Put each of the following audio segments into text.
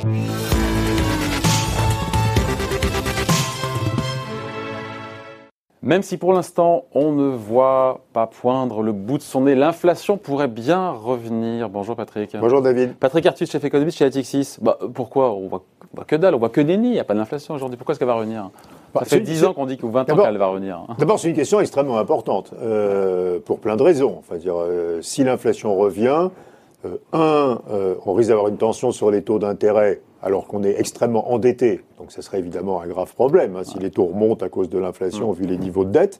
Même si pour l'instant, on ne voit pas poindre le bout de son nez, l'inflation pourrait bien revenir. Bonjour Patrick. Bonjour David. Patrick Artus, chef économiste chez Natixis. Pourquoi on voit que dalle, on voit que des nids, il n'y a pas d'inflation aujourd'hui. Pourquoi est-ce qu'elle va revenir? Ça fait 10 ans qu'on dit, ou 20 ans qu'elle va revenir. D'abord, c'est une question extrêmement importante, pour plein de raisons. Enfin, si l'inflation revient, on risque d'avoir une tension sur les taux d'intérêt alors qu'on est extrêmement endetté. Donc ça serait évidemment un grave problème si les taux remontent à cause de l'inflation vu les niveaux de dette.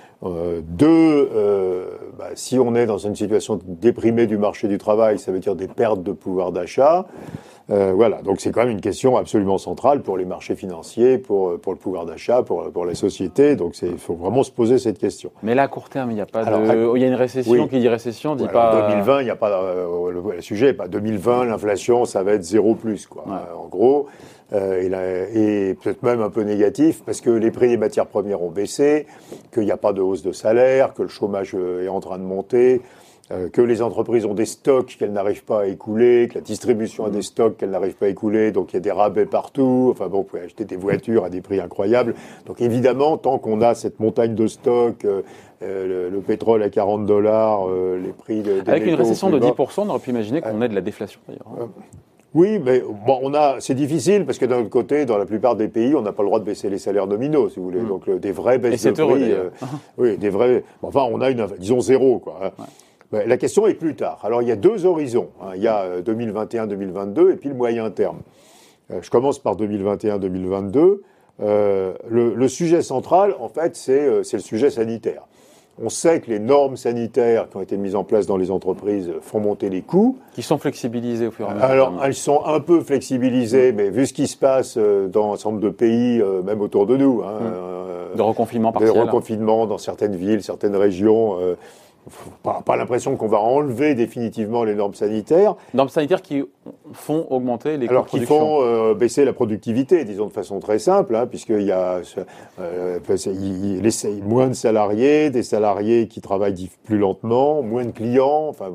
Si on est dans une situation déprimée du marché du travail, ça veut dire des pertes de pouvoir d'achat. Voilà, donc c'est quand même une question absolument centrale pour les marchés financiers, pour le pouvoir d'achat, pour les sociétés. Donc il faut vraiment se poser cette question. Mais là, à court terme, il y a pas il y a une récession. Oui. Qui dit récession, dit pas. 2020, il n'y a pas le sujet n'est pas 2020. L'inflation, ça va être 0 plus quoi. Ouais. En gros. Et peut-être même un peu négatif parce que les prix des matières premières ont baissé, qu'il n'y a pas de hausse de salaire, que le chômage est en train de monter, que les entreprises ont des stocks qu'elles n'arrivent pas à écouler, que la distribution a des stocks qu'elles n'arrivent pas à écouler, donc il y a des rabais partout. Enfin bon, vous pouvez acheter des voitures à des prix incroyables. Donc évidemment, tant qu'on a cette montagne de stocks, le pétrole à $40, les prix des avec une récession de 10%, on aurait pu imaginer qu'on ait de la déflation d'ailleurs. Oui, mais bon, c'est difficile parce que d'un autre côté, dans la plupart des pays, on n'a pas le droit de baisser les salaires nominaux, si vous voulez. Donc des vraies baisses de prix. Oui, des vraies. Enfin, on a disons 0, quoi. Ouais. Mais la question est plus tard. Alors il y a deux horizons. Il y a 2021-2022 et puis le moyen terme. Je commence par 2021-2022. Le sujet central, en fait, c'est le sujet sanitaire. On sait que les normes sanitaires qui ont été mises en place dans les entreprises font monter les coûts. Qui sont flexibilisées au fur et à mesure. Alors, elles sont un peu flexibilisées, mais vu ce qui se passe dans un certain nombre de pays, même autour de nous. De reconfinement partiel. De reconfinement dans certaines villes, certaines régions. Pas l'impression qu'on va enlever définitivement les normes sanitaires. Normes sanitaires qui font augmenter les coûts de production. Alors qui font baisser la productivité, disons de façon très simple, puisqu'il y a moins de salariés, des salariés qui travaillent plus lentement, moins de clients. Enfin,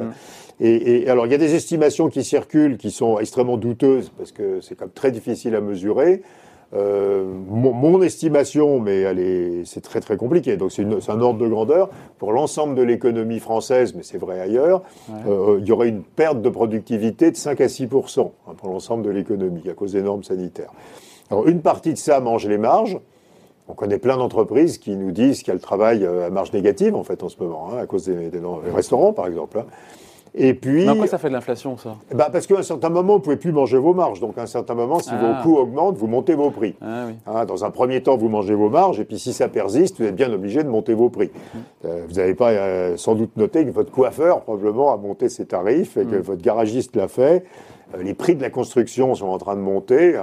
et alors il y a des estimations qui circulent qui sont extrêmement douteuses parce que c'est quand même très difficile à mesurer. Mon estimation, mais c'est très très compliqué, donc c'est un ordre de grandeur, pour l'ensemble de l'économie française, mais c'est vrai ailleurs, il y aurait une perte de productivité de 5 à 6% pour l'ensemble de l'économie à cause des normes sanitaires. Alors une partie de ça mange les marges. On connaît plein d'entreprises qui nous disent qu'elles travaillent à marge négative en fait en ce moment, à cause des restaurants par exemple. Et puis, mais pourquoi ça fait de l'inflation, ça? Parce qu'à un certain moment, vous ne pouvez plus manger vos marges. Donc, à un certain moment, si vos coûts augmentent, vous montez vos prix. Dans un premier temps, vous mangez vos marges. Et puis, si ça persiste, vous êtes bien obligé de monter vos prix. Vous n'avez pas sans doute noté que votre coiffeur, probablement, a monté ses tarifs et que votre garagiste l'a fait. Les prix de la construction sont en train de monter.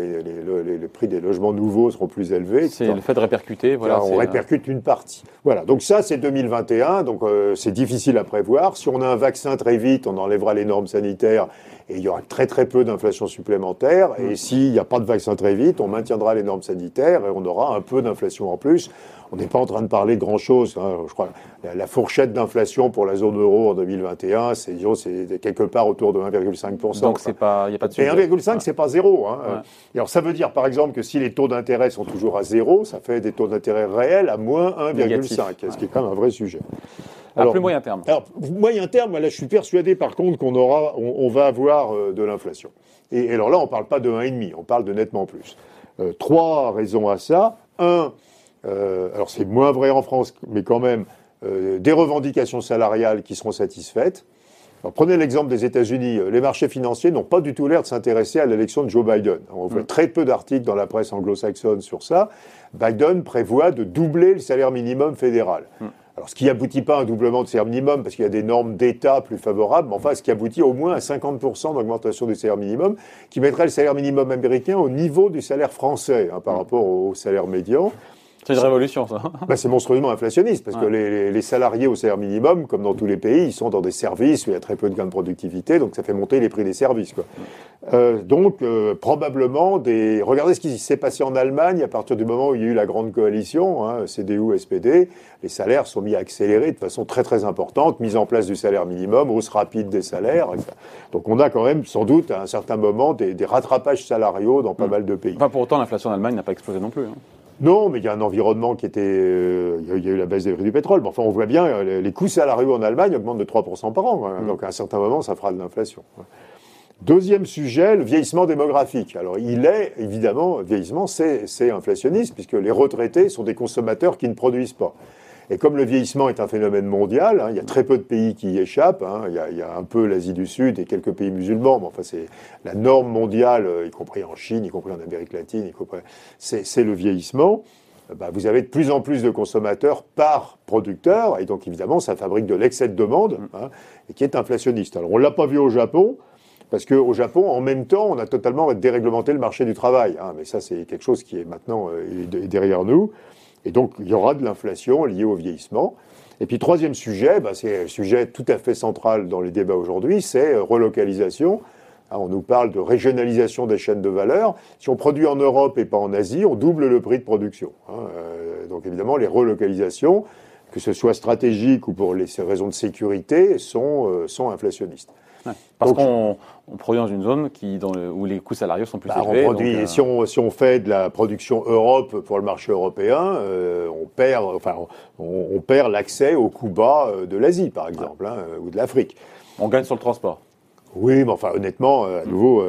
Les prix des logements nouveaux seront plus élevés. C'est le fait de répercuter. Voilà, on répercute une partie. Voilà. Donc ça, c'est 2021. Donc c'est difficile à prévoir. Si on a un vaccin très vite, on enlèvera les normes sanitaires et il y aura très très peu d'inflation supplémentaire. Et s'il n'y a pas de vaccin très vite, on maintiendra les normes sanitaires et on aura un peu d'inflation en plus. On n'est pas en train de parler de grand-chose. Je crois la fourchette d'inflation pour la zone euro en 2021, c'est quelque part autour de 1,5%. Donc il n'y a pas de sujet. Et 1,5, c'est pas zéro. Et alors ça veut dire par exemple que si les taux d'intérêt sont toujours à zéro, ça fait des taux d'intérêt réels à moins 1,5, ce qui est quand même un vrai sujet. Alors, plus moyen terme. Alors, moyen terme, là, je suis persuadé par contre on va avoir de l'inflation. Et alors là, on ne parle pas de 1,5, on parle de nettement plus. 3 raisons à ça. Alors c'est moins vrai en France, mais quand même, des revendications salariales qui seront satisfaites. Alors, prenez l'exemple des États-Unis. Les marchés financiers n'ont pas du tout l'air de s'intéresser à l'élection de Joe Biden. On voit très peu d'articles dans la presse anglo-saxonne sur ça. Biden prévoit de doubler le salaire minimum fédéral. Alors, ce qui aboutit pas à un doublement de salaire minimum, parce qu'il y a des normes d'État plus favorables, mais enfin, ce qui aboutit au moins à 50% d'augmentation du salaire minimum, qui mettrait le salaire minimum américain au niveau du salaire français, par rapport au salaire médian. C'est une révolution, ça. C'est monstrueusement inflationniste, parce que les salariés au salaire minimum, comme dans tous les pays, ils sont dans des services où il y a très peu de gains de productivité, donc ça fait monter les prix des services, quoi. Probablement regardez ce qui s'est passé en Allemagne à partir du moment où il y a eu la grande coalition, CDU, SPD, les salaires sont mis à accélérer de façon très très importante, mise en place du salaire minimum, hausse rapide des salaires, etc. Donc on a quand même sans doute à un certain moment des rattrapages salariaux dans pas mal de pays. Enfin, pour autant, l'inflation en Allemagne n'a pas explosé non plus. Non, mais il y a un environnement qui était... il y a eu la baisse des prix du pétrole. Mais enfin, on voit bien, les coûts salariaux en Allemagne augmentent de 3% par an. Donc, à un certain moment, ça fera de l'inflation. Deuxième sujet, le vieillissement démographique. Alors, il est, évidemment, vieillissement, c'est inflationniste, puisque les retraités sont des consommateurs qui ne produisent pas. Et comme le vieillissement est un phénomène mondial, il y a très peu de pays qui y échappent. Il y a un peu l'Asie du Sud et quelques pays musulmans, mais enfin c'est la norme mondiale, y compris en Chine, y compris en Amérique latine, c'est le vieillissement. Vous avez de plus en plus de consommateurs par producteur, et donc évidemment ça fabrique de l'excès de demande, et qui est inflationniste. Alors on l'a pas vu au Japon. Parce qu'au Japon, en même temps, on a totalement déréglementé le marché du travail. Mais ça, c'est quelque chose qui est maintenant derrière nous. Et donc, il y aura de l'inflation liée au vieillissement. Et puis, troisième sujet, c'est un sujet tout à fait central dans les débats aujourd'hui, c'est relocalisation. On nous parle de régionalisation des chaînes de valeur. Si on produit en Europe et pas en Asie, on double le prix de production. Donc, évidemment, les relocalisations, que ce soit stratégique ou pour les raisons de sécurité, sont inflationnistes. Parce qu'on produit dans une zone où les coûts salariaux sont plus élevés. Si on fait de la production Europe pour le marché européen, on perd l'accès aux coûts bas de l'Asie, par exemple, ou de l'Afrique. On gagne sur le transport. Oui, mais honnêtement, à nouveau,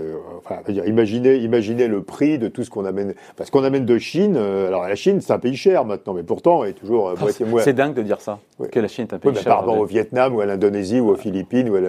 imaginez le prix de tout ce qu'on amène. Parce qu'on amène de Chine, alors la Chine, c'est un pays cher maintenant, mais pourtant, elle est toujours moitié-moitié. C'est dingue de dire ça, que la Chine est un pays cher. Par rapport au Vietnam, ou à l'Indonésie, ou aux Philippines, ou à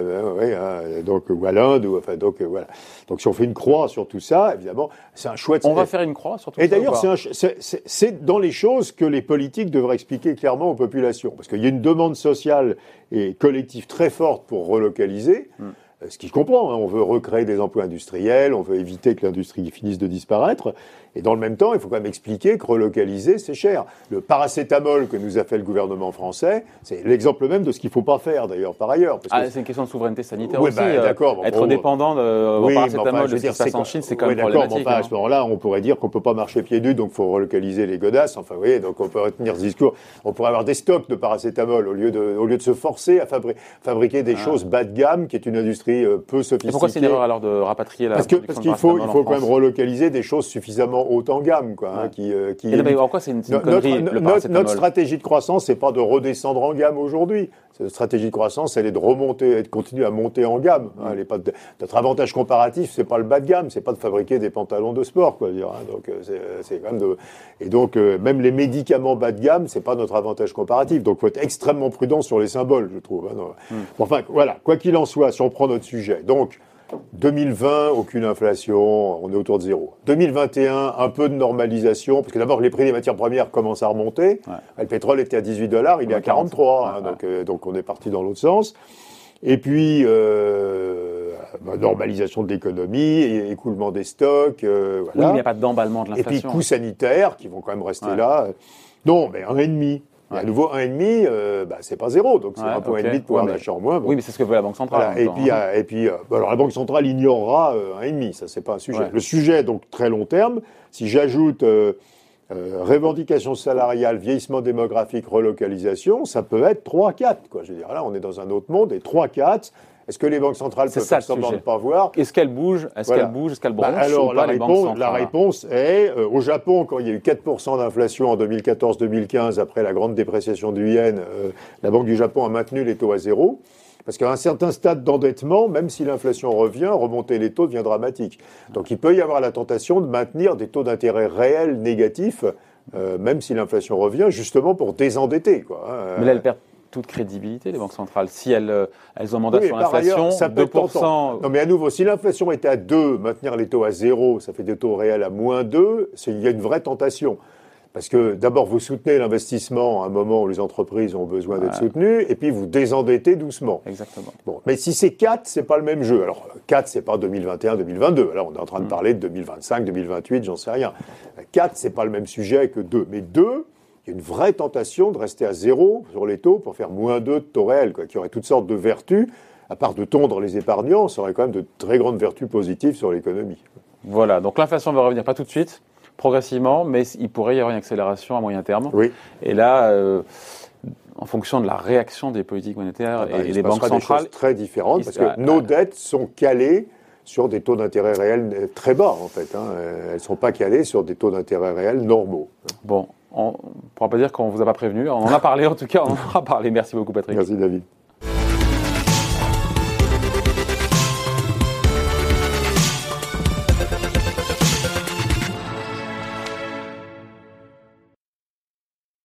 l'Inde, voilà. Donc si on fait une croix sur tout ça, évidemment, c'est un chouette... On va faire une croix sur tout ça. Et d'ailleurs, c'est dans les choses que les politiques devraient expliquer clairement aux populations. Parce qu'il y a une demande sociale et collective très forte pour relocaliser. Ce qui je comprends, on veut recréer des emplois industriels, on veut éviter que l'industrie finisse de disparaître, et dans le même temps, il faut quand même expliquer que relocaliser, c'est cher. Le paracétamol que nous a fait le gouvernement français, c'est l'exemple même de ce qu'il ne faut pas faire, d'ailleurs, par ailleurs. C'est une question de souveraineté sanitaire aussi. D'accord. Être dépendant de paracétamol de ce qui se passe en Chine, c'est quand même problématique. À ce moment-là, on pourrait dire qu'on ne peut pas marcher pieds nus, donc il faut relocaliser les godasses. Enfin, vous voyez, donc on peut retenir ce discours. On pourrait avoir des stocks de paracétamol au lieu de se forcer à fabriquer des choses bas de gamme, qui est une industrie peu sophistiquée. Et pourquoi c'est une erreur alors de rapatrier la production Parce qu'il faut quand même relocaliser des choses suffisamment haut en gamme, quoi. Pourquoi c'est une connerie, le paracétamol ? Notre stratégie de croissance, c'est pas de redescendre en gamme aujourd'hui. Cette stratégie de croissance, elle est de remonter, de continuer à monter en gamme. Elle est pas notre avantage comparatif, c'est pas le bas de gamme, c'est pas de fabriquer des pantalons de sport, quoi. Donc c'est quand même et donc même les médicaments bas de gamme, c'est pas notre avantage comparatif. Donc faut être extrêmement prudent sur les symboles, je trouve. Enfin voilà, quoi qu'il en soit, si on prend notre sujet, donc 2020, aucune inflation, on est autour de zéro. 2021, un peu de normalisation, parce que d'abord les prix des matières premières commencent à remonter. Le pétrole était à $18, il est à 43, donc on est parti dans l'autre sens. Et puis, normalisation de l'économie, écoulement des stocks, voilà. Oui, mais il n'y a pas d'emballement de l'inflation. Et puis, coûts sanitaires qui vont quand même rester là. Non, mais 1,5. À nouveau, 1,5, c'est pas zéro, donc c'est un point et demi de pouvoir d'achat en moins. Oui, mais c'est ce que veut la Banque centrale. Voilà. Et puis, alors la Banque centrale ignorera 1,5, ça c'est pas un sujet. Le sujet, donc très long terme, si j'ajoute revendication salariale, vieillissement démographique, relocalisation, ça peut être 3-4, quoi. Je veux dire, là, on est dans un autre monde, et 3-4. Est-ce que les banques centrales peuvent faire semblant de ne pas voir ? Est-ce qu'elles bougent ? Est-ce qu'elles bronchent alors, ou pas, les banques centrales ? La réponse est, au Japon, quand il y a eu 4% d'inflation en 2014-2015, après la grande dépréciation du yen, la Banque du Japon a maintenu les taux à zéro. Parce qu'à un certain stade d'endettement, même si l'inflation revient, remonter les taux devient dramatique. Donc il peut y avoir la tentation de maintenir des taux d'intérêt réels négatifs, même si l'inflation revient, justement pour désendetter, quoi. Mais là, elles perdent toute crédibilité, les banques centrales. Si elles ont mandat sur l'inflation, 2%... Non, mais à nouveau, si l'inflation était à 2, maintenir les taux à 0, ça fait des taux réels à -2, il y a une vraie tentation. Parce que d'abord, vous soutenez l'investissement à un moment où les entreprises ont besoin d'être soutenues, et puis vous désendettez doucement. Exactement. Bon, mais si c'est 4, c'est pas le même jeu. Alors 4, c'est pas 2021, 2022. Là, on est en train de parler de 2025, 2028, j'en sais rien. 4, c'est pas le même sujet que 2. Mais 2, il y a une vraie tentation de rester à 0 sur les taux pour faire -2 de taux réel, quoi, qui aurait toutes sortes de vertus. À part de tondre les épargnants, ça aurait quand même de très grandes vertus positives sur l'économie. Voilà, donc l'inflation va revenir pas tout de suite, progressivement, mais il pourrait y avoir une accélération à moyen terme. Oui. Et là, en fonction de la réaction des politiques monétaires et des banques centrales, des choses très différentes, parce que nos dettes sont calées sur des taux d'intérêt réels très bas, en fait. Elles ne sont pas calées sur des taux d'intérêt réels normaux. Bon, on ne pourra pas dire qu'on ne vous a pas prévenu. On en a parlé, en tout cas, on en aura parlé. Merci beaucoup, Patrick. Merci, David.